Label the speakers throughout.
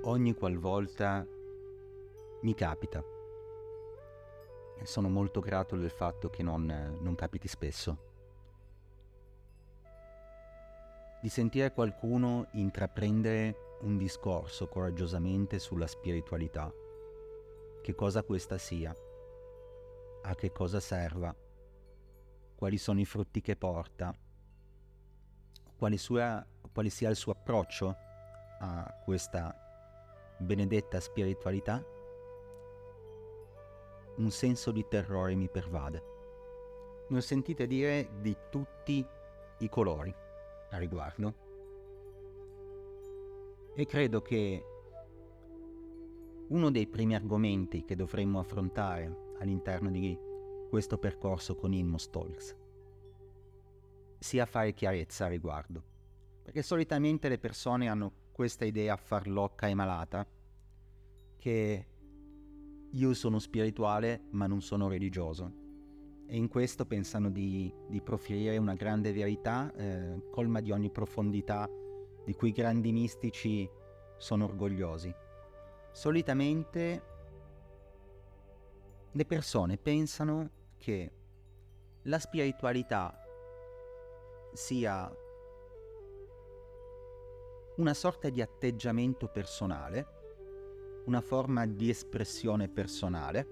Speaker 1: ogni qualvolta mi capita. E sono molto grato del fatto che non capiti spesso. Di sentire qualcuno intraprendere un discorso coraggiosamente sulla spiritualità, che cosa questa sia, a che cosa serva, quali sono i frutti che porta, quale sia il suo approccio a questa benedetta spiritualità, un senso di terrore mi pervade. Ne ho sentite dire di tutti i colori a riguardo e credo che uno dei primi argomenti che dovremmo affrontare all'interno di questo percorso con Inmost Talks sia fare chiarezza a riguardo, perché solitamente le persone hanno questa idea farlocca e malata che io sono spirituale ma non sono religioso, e in questo pensano di proferire una grande verità colma di ogni profondità di cui i grandi mistici sono orgogliosi. Solitamente le persone pensano che la spiritualità sia una sorta di atteggiamento personale, una forma di espressione personale,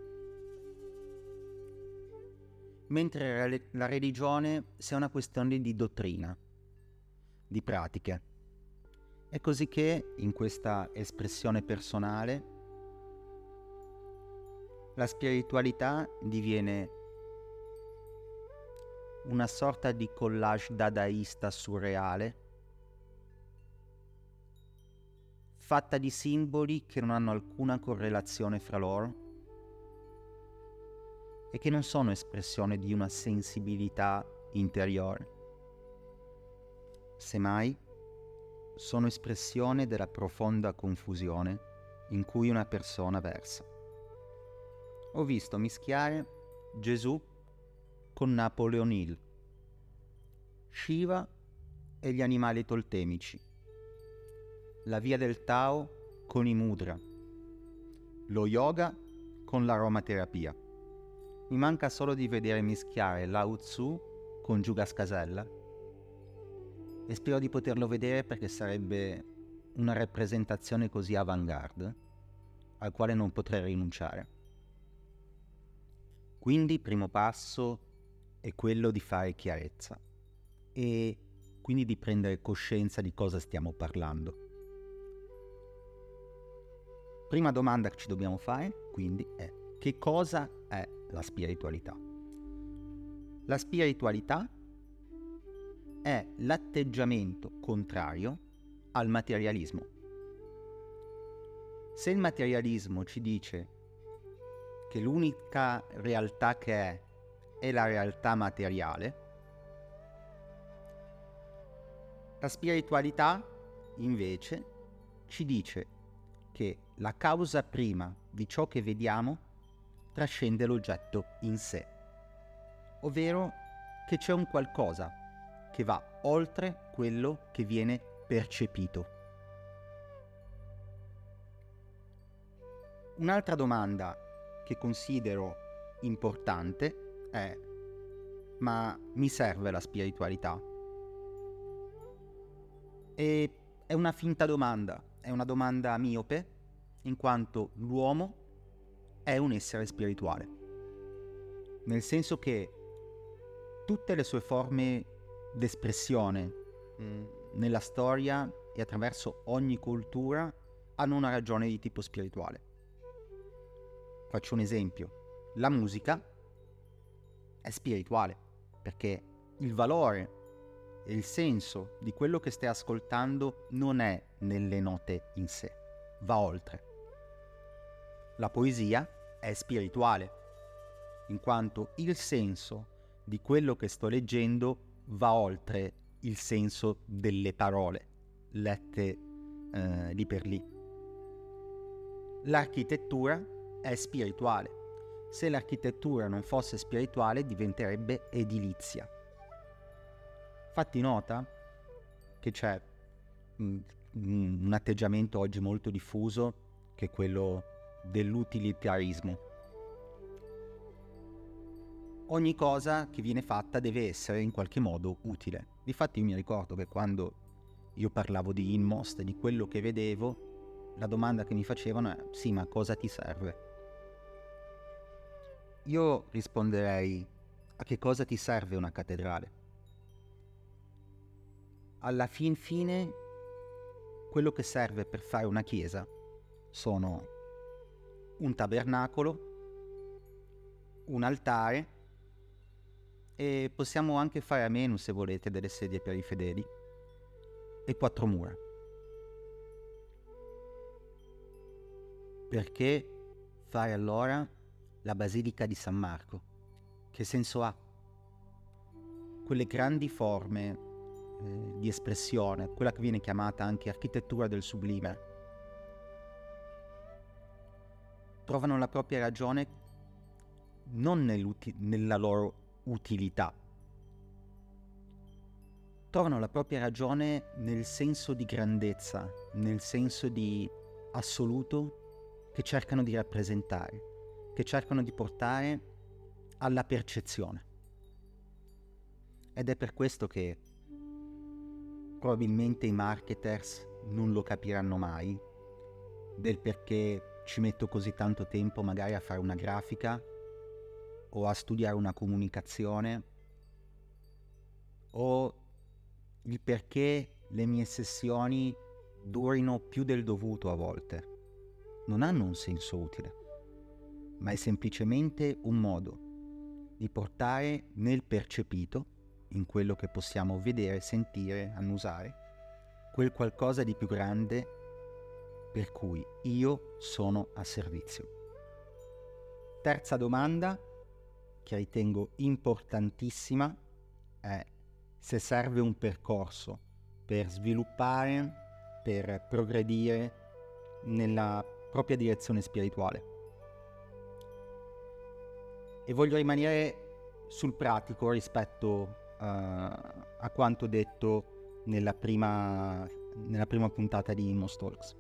Speaker 1: mentre la religione sia una questione di dottrina, di pratiche. È così che in questa espressione personale la spiritualità diviene una sorta di collage dadaista surreale, fatta di simboli che non hanno alcuna correlazione fra loro e che non sono espressione di una sensibilità interiore. Semmai sono espressione della profonda confusione in cui una persona versa. Ho visto mischiare Gesù con Napoleon Hill, Shiva e gli animali toltemici, la via del Tao con i mudra, lo yoga con l'aromaterapia. Mi manca solo di vedere mischiare Lao Tzu con Giuga Scasella e spero di poterlo vedere, perché sarebbe una rappresentazione così avant-garde al quale non potrei rinunciare. Quindi il primo passo è quello di fare chiarezza e quindi di prendere coscienza di cosa stiamo parlando. Prima domanda che ci dobbiamo fare, quindi, è: che cosa è la spiritualità? La spiritualità è l'atteggiamento contrario al materialismo. Se il materialismo ci dice che l'unica realtà che è la realtà materiale, la spiritualità invece ci dice che la causa prima di ciò che vediamo trascende l'oggetto in sé, ovvero che c'è un qualcosa che va oltre quello che viene percepito. Un'altra domanda che considero importante è: ma mi serve la spiritualità? E è una finta domanda, è una domanda miope, in quanto l'uomo è un essere spirituale, nel senso che tutte le sue forme d'espressione nella storia e attraverso ogni cultura hanno una ragione di tipo spirituale. Faccio un esempio: la musica è spirituale perché il valore e il senso di quello che stai ascoltando non è nelle note in sé, va oltre. La poesia è spirituale in quanto il senso di quello che sto leggendo va oltre il senso delle parole lette lì per lì. L'architettura è spirituale. Se l'architettura non fosse spirituale diventerebbe edilizia. Fatti nota che c'è un atteggiamento oggi molto diffuso, che è quello dell'utilitarismo. Ogni cosa che viene fatta deve essere in qualche modo utile. Difatti io mi ricordo che quando io parlavo di Inmost e di quello che vedevo, la domanda che mi facevano è: sì, ma cosa ti serve? Io risponderei: a che cosa ti serve una cattedrale? Alla fin fine, quello che serve per fare una chiesa sono un tabernacolo, un altare, e possiamo anche fare a meno, se volete, delle sedie per i fedeli, e 4 mura. Perché fare allora la Basilica di San Marco? Che senso ha? Quelle grandi forme di espressione, quella che viene chiamata anche architettura del sublime, trovano la propria ragione non nella loro utilità, trovano la propria ragione nel senso di grandezza, nel senso di assoluto che cercano di rappresentare, che cercano di portare alla percezione. Ed è per questo che probabilmente i marketers non lo capiranno mai, del perché ci metto così tanto tempo magari a fare una grafica o a studiare una comunicazione, o il perché le mie sessioni durino più del dovuto a volte. Non hanno un senso utile, ma è semplicemente un modo di portare nel percepito, in quello che possiamo vedere, sentire, annusare, quel qualcosa di più grande per cui io sono a servizio. Terza domanda, che ritengo importantissima, è se serve un percorso per sviluppare, per progredire nella propria direzione spirituale. E voglio rimanere sul pratico rispetto a quanto detto nella prima puntata di Inmost Talks.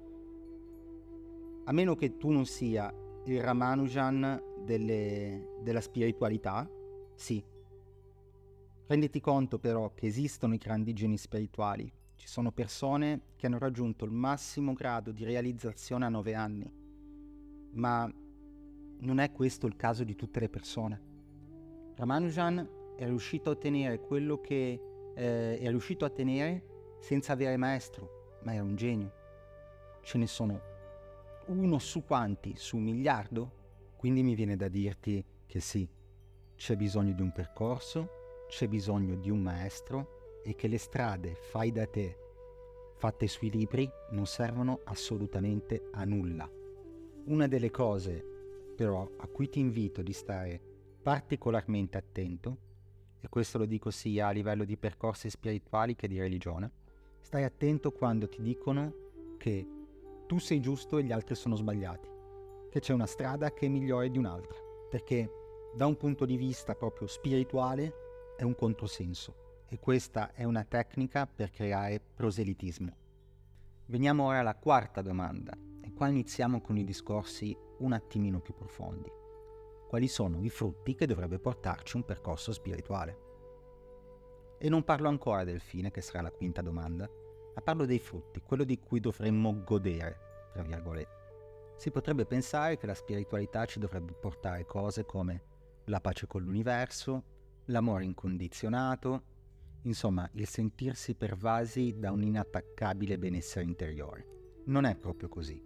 Speaker 1: A meno che tu non sia il Ramanujan della spiritualità, sì. Renditi conto però che esistono i grandi geni spirituali. Ci sono persone che hanno raggiunto il massimo grado di realizzazione a 9 anni, ma non è questo il caso di tutte le persone. Ramanujan è riuscito a ottenere quello che è riuscito a ottenere senza avere maestro, ma era un genio. Ce ne sono uno su quanti? Su 1 miliardo? Quindi mi viene da dirti che sì, c'è bisogno di un percorso, c'è bisogno di un maestro, e che le strade fai da te fatte sui libri non servono assolutamente a nulla. Una delle cose però a cui ti invito di stare particolarmente attento, e questo lo dico sia a livello di percorsi spirituali che di religione, stai attento quando ti dicono che tu sei giusto e gli altri sono sbagliati, che c'è una strada che è migliore di un'altra, perché da un punto di vista proprio spirituale è un controsenso, e questa è una tecnica per creare proselitismo. Veniamo ora alla quarta domanda, e qua iniziamo con i discorsi un attimino più profondi. Quali sono i frutti che dovrebbe portarci un percorso spirituale? E non parlo ancora del fine, che sarà la quinta domanda, ma parlo dei frutti, quello di cui dovremmo godere, tra virgolette. Si potrebbe pensare che la spiritualità ci dovrebbe portare cose come la pace con l'universo, l'amore incondizionato, insomma il sentirsi pervasi da un inattaccabile benessere interiore. Non è proprio così.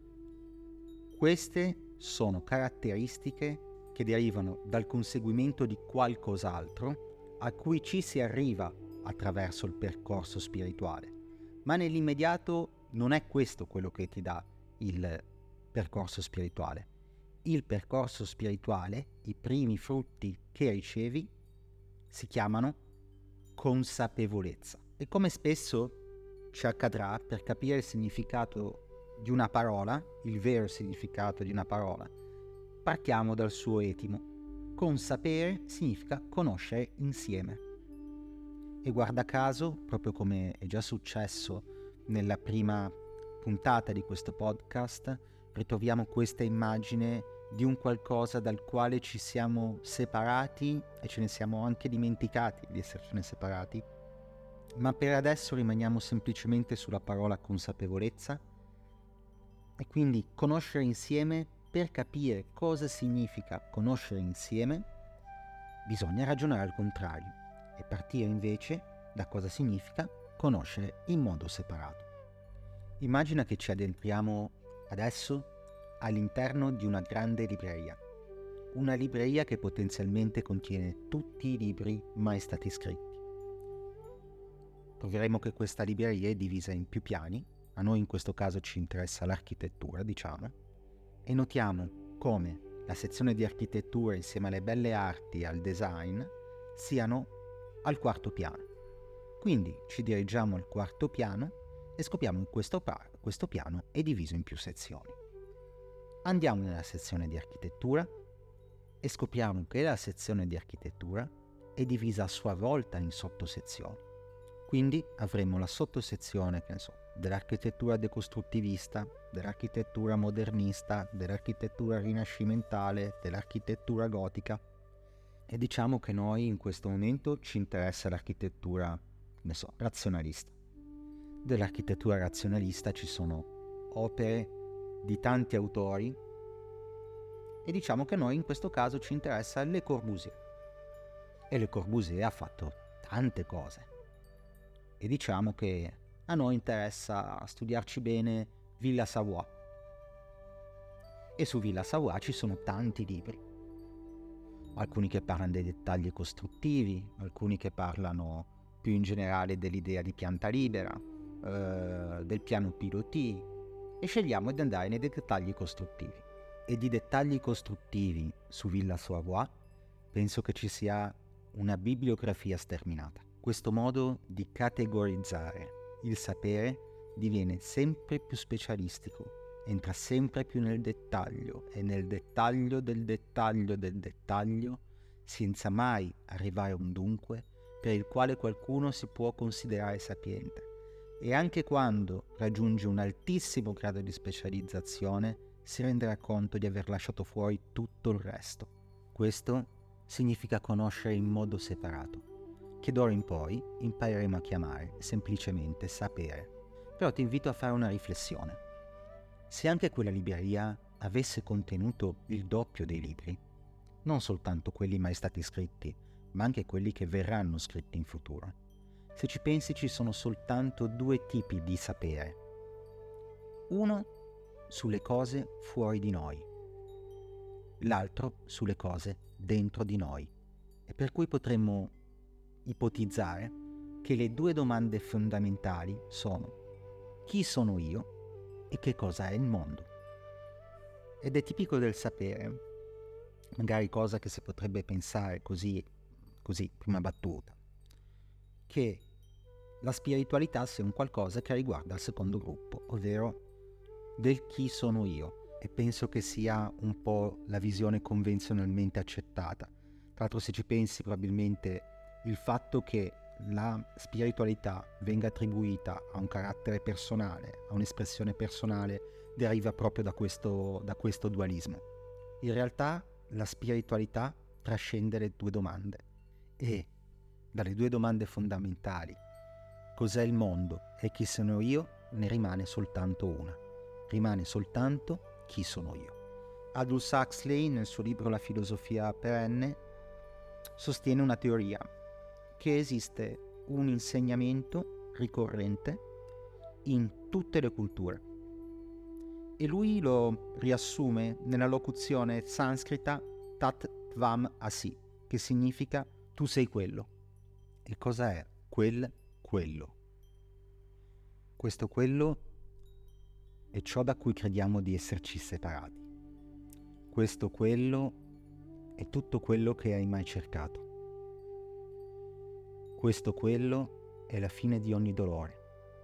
Speaker 1: Queste sono caratteristiche che derivano dal conseguimento di qualcos'altro a cui ci si arriva attraverso il percorso spirituale, ma nell'immediato non è questo quello che ti dà il percorso spirituale. Il percorso spirituale, i primi frutti che ricevi, si chiamano consapevolezza. E come spesso ci accadrà, per capire il significato di una parola, il vero significato di una parola, partiamo dal suo etimo. Consapere significa conoscere insieme. E guarda caso, proprio come è già successo nella prima puntata di questo podcast, ritroviamo questa immagine di un qualcosa dal quale ci siamo separati e ce ne siamo anche dimenticati di essercene separati, ma per adesso rimaniamo semplicemente sulla parola consapevolezza e quindi conoscere insieme. Per capire cosa significa conoscere insieme bisogna ragionare al contrario e partire invece da cosa significa conoscere in modo separato. Immagina che ci addentriamo adesso all'interno di una grande libreria, una libreria che potenzialmente contiene tutti i libri mai stati scritti. Troveremo che questa libreria è divisa in più piani, a noi in questo caso ci interessa l'architettura, diciamo, e notiamo come la sezione di architettura insieme alle belle arti e al design siano al quarto piano. Quindi ci dirigiamo al quarto piano e scopriamo che questo piano è diviso in più sezioni. Andiamo nella sezione di architettura e scopriamo che la sezione di architettura è divisa a sua volta in sottosezioni. Quindi avremo la sottosezione, che ne so, dell'architettura decostruttivista, dell'architettura modernista, dell'architettura rinascimentale, dell'architettura gotica. E diciamo che noi in questo momento ci interessa l'architettura, ne so, razionalista. Dell'architettura razionalista ci sono opere di tanti autori e diciamo che noi in questo caso ci interessa Le Corbusier. E Le Corbusier ha fatto tante cose. E diciamo che a noi interessa studiarci bene Villa Savoye. E su Villa Savoye ci sono tanti libri. Alcuni che parlano dei dettagli costruttivi, alcuni che parlano più in generale dell'idea di pianta libera, del piano piloti, e scegliamo di andare nei dettagli costruttivi. E di dettagli costruttivi su Villa Savoye penso che ci sia una bibliografia sterminata. Questo modo di categorizzare il sapere diviene sempre più specialistico, entra sempre più nel dettaglio e nel dettaglio del dettaglio del dettaglio, senza mai arrivare a un dunque per il quale qualcuno si può considerare sapiente. E anche quando raggiunge un altissimo grado di specializzazione, si renderà conto di aver lasciato fuori tutto il resto. Questo significa conoscere in modo separato, che d'ora in poi impareremo a chiamare semplicemente sapere. Però ti invito a fare una riflessione. Se anche quella libreria avesse contenuto il doppio dei libri, non soltanto quelli mai stati scritti, ma anche quelli che verranno scritti in futuro, se ci pensi ci sono soltanto due tipi di sapere. Uno sulle cose fuori di noi, l'altro sulle cose dentro di noi. E per cui potremmo ipotizzare che le due domande fondamentali sono: chi sono io e che cosa è il mondo? Ed è tipico del sapere, magari cosa che si potrebbe pensare così, prima battuta, che la spiritualità sia un qualcosa che riguarda il secondo gruppo, ovvero del chi sono io, e penso che sia un po' la visione convenzionalmente accettata. Tra l'altro, se ci pensi, probabilmente il fatto che la spiritualità venga attribuita a un carattere personale, a un'espressione personale, deriva proprio da questo dualismo. In realtà la spiritualità trascende le due domande e dalle due domande fondamentali, cos'è il mondo e chi sono io, ne rimane soltanto una. Rimane soltanto chi sono io. Aldous Huxley, nel suo libro La filosofia perenne, sostiene una teoria, che esiste un insegnamento ricorrente in tutte le culture. E lui lo riassume nella locuzione sanscrita Tat Tvam Asi, che significa tu sei quello. E cosa è quello? Questo quello è ciò da cui crediamo di esserci separati. Questo quello è tutto quello che hai mai cercato. Questo quello è la fine di ogni dolore.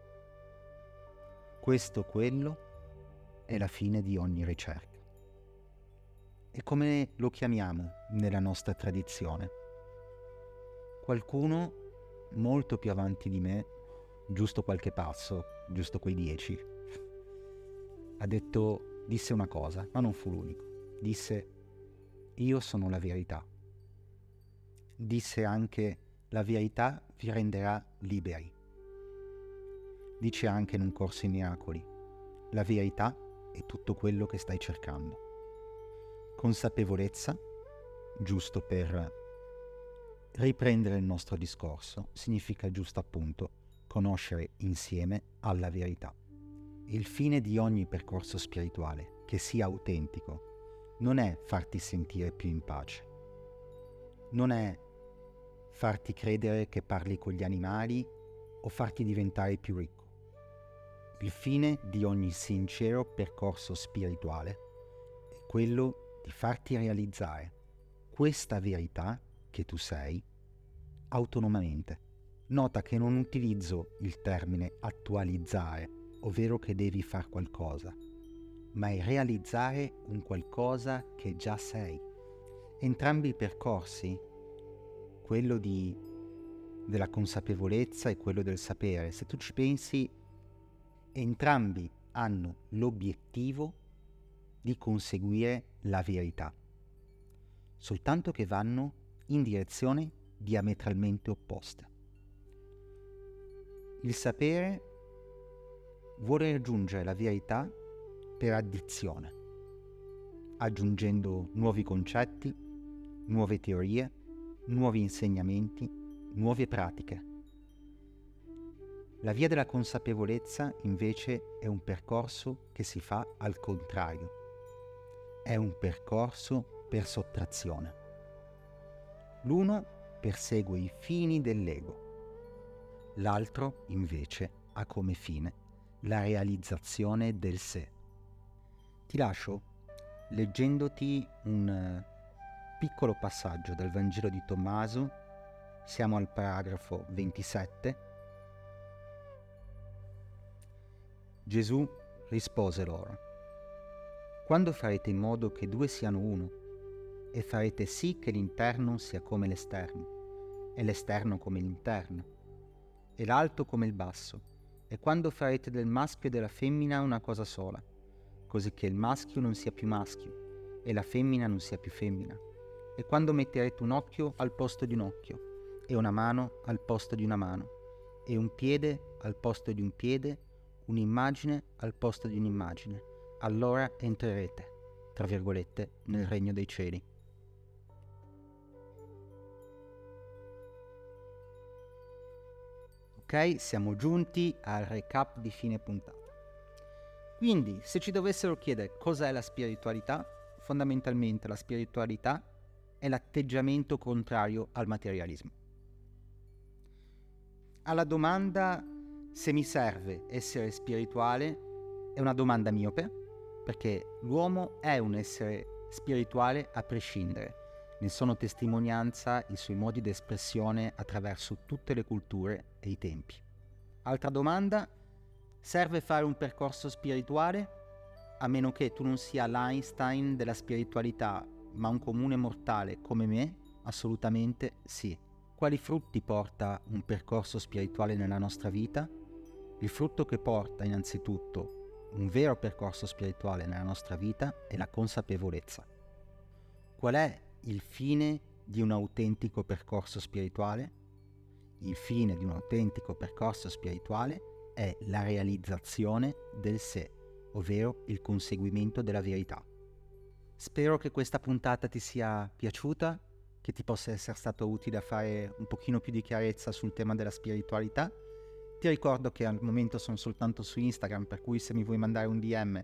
Speaker 1: Questo quello è la fine di ogni ricerca. E come lo chiamiamo nella nostra tradizione? Qualcuno molto più avanti di me giusto qualche passo, giusto quei 10, disse una cosa, ma non fu l'unico. Disse: io sono la verità. Disse anche: la verità vi renderà liberi. Dice anche in un corso in miracoli: la verità è tutto quello che stai cercando. Consapevolezza, giusto per riprendere il nostro discorso, significa giusto appunto conoscere insieme alla verità. Il fine di ogni percorso spirituale, che sia autentico, non è farti sentire più in pace, non è farti credere che parli con gli animali o farti diventare più ricco. Il fine di ogni sincero percorso spirituale è quello di farti realizzare questa verità che tu sei autonomamente. Nota che non utilizzo il termine attualizzare, ovvero che devi far qualcosa, ma è realizzare un qualcosa che già sei. Entrambi i percorsi, quello della consapevolezza e quello del sapere, se tu ci pensi, entrambi hanno l'obiettivo di conseguire la verità, soltanto che vanno in direzioni diametralmente opposte. Il sapere vuole raggiungere la verità per addizione, aggiungendo nuovi concetti, nuove teorie, nuovi insegnamenti, nuove pratiche. La via della consapevolezza invece è un percorso che si fa al contrario. È un percorso per sottrazione. L'uno persegue i fini dell'ego, l'altro invece ha come fine la realizzazione del sé. Ti lascio leggendoti un piccolo passaggio dal Vangelo di Tommaso. Siamo al paragrafo 27. Gesù rispose loro: quando farete in modo che due siano uno, e farete sì che l'interno sia come l'esterno, e l'esterno come l'interno, e l'alto come il basso, e quando farete del maschio e della femmina una cosa sola, così che il maschio non sia più maschio, e la femmina non sia più femmina, e quando metterete un occhio al posto di un occhio, e una mano al posto di una mano, e un piede al posto di un piede, un'immagine al posto di un'immagine, allora entrerete, tra virgolette, nel regno dei cieli. Ok, siamo giunti al recap di fine puntata. Quindi, se ci dovessero chiedere cos'è la spiritualità, fondamentalmente la spiritualità è l'atteggiamento contrario al materialismo. Alla domanda se mi serve essere spirituale è una domanda miope, perché l'uomo è un essere spirituale a prescindere. Ne sono testimonianza i suoi modi di espressione attraverso tutte le culture e i tempi. Altra domanda: serve fare un percorso spirituale? A meno che tu non sia l'Einstein della spiritualità, ma un comune mortale come me? Assolutamente sì. Quali frutti porta un percorso spirituale nella nostra vita? Il frutto che porta innanzitutto un vero percorso spirituale nella nostra vita è la consapevolezza. Qual è il fine di un autentico percorso spirituale? Il fine di un autentico percorso spirituale è la realizzazione del sé, ovvero il conseguimento della verità. Spero che questa puntata ti sia piaciuta, che ti possa essere stato utile a fare un pochino più di chiarezza sul tema della spiritualità. Ti ricordo che al momento sono soltanto su Instagram, per cui se mi vuoi mandare un DM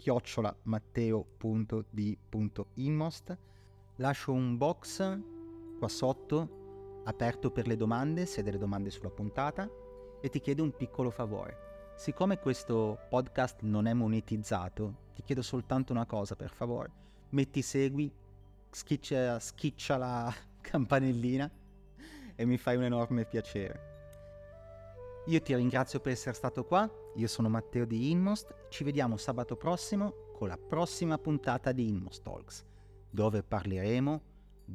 Speaker 1: @matteo.d.inmost. Lascio un box qua sotto aperto per le domande, se hai delle domande sulla puntata, e ti chiedo un piccolo favore. Siccome questo podcast non è monetizzato, ti chiedo soltanto una cosa, per favore: metti segui, schiccia la campanellina e mi fai un enorme piacere. Io ti ringrazio per essere stato qua, io sono Matteo di Inmost, ci vediamo sabato prossimo con la prossima puntata di Inmost Talks, dove parleremo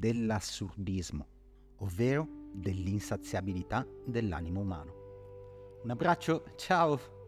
Speaker 1: dell'assurdismo, ovvero dell'insaziabilità dell'animo umano. Un abbraccio, ciao!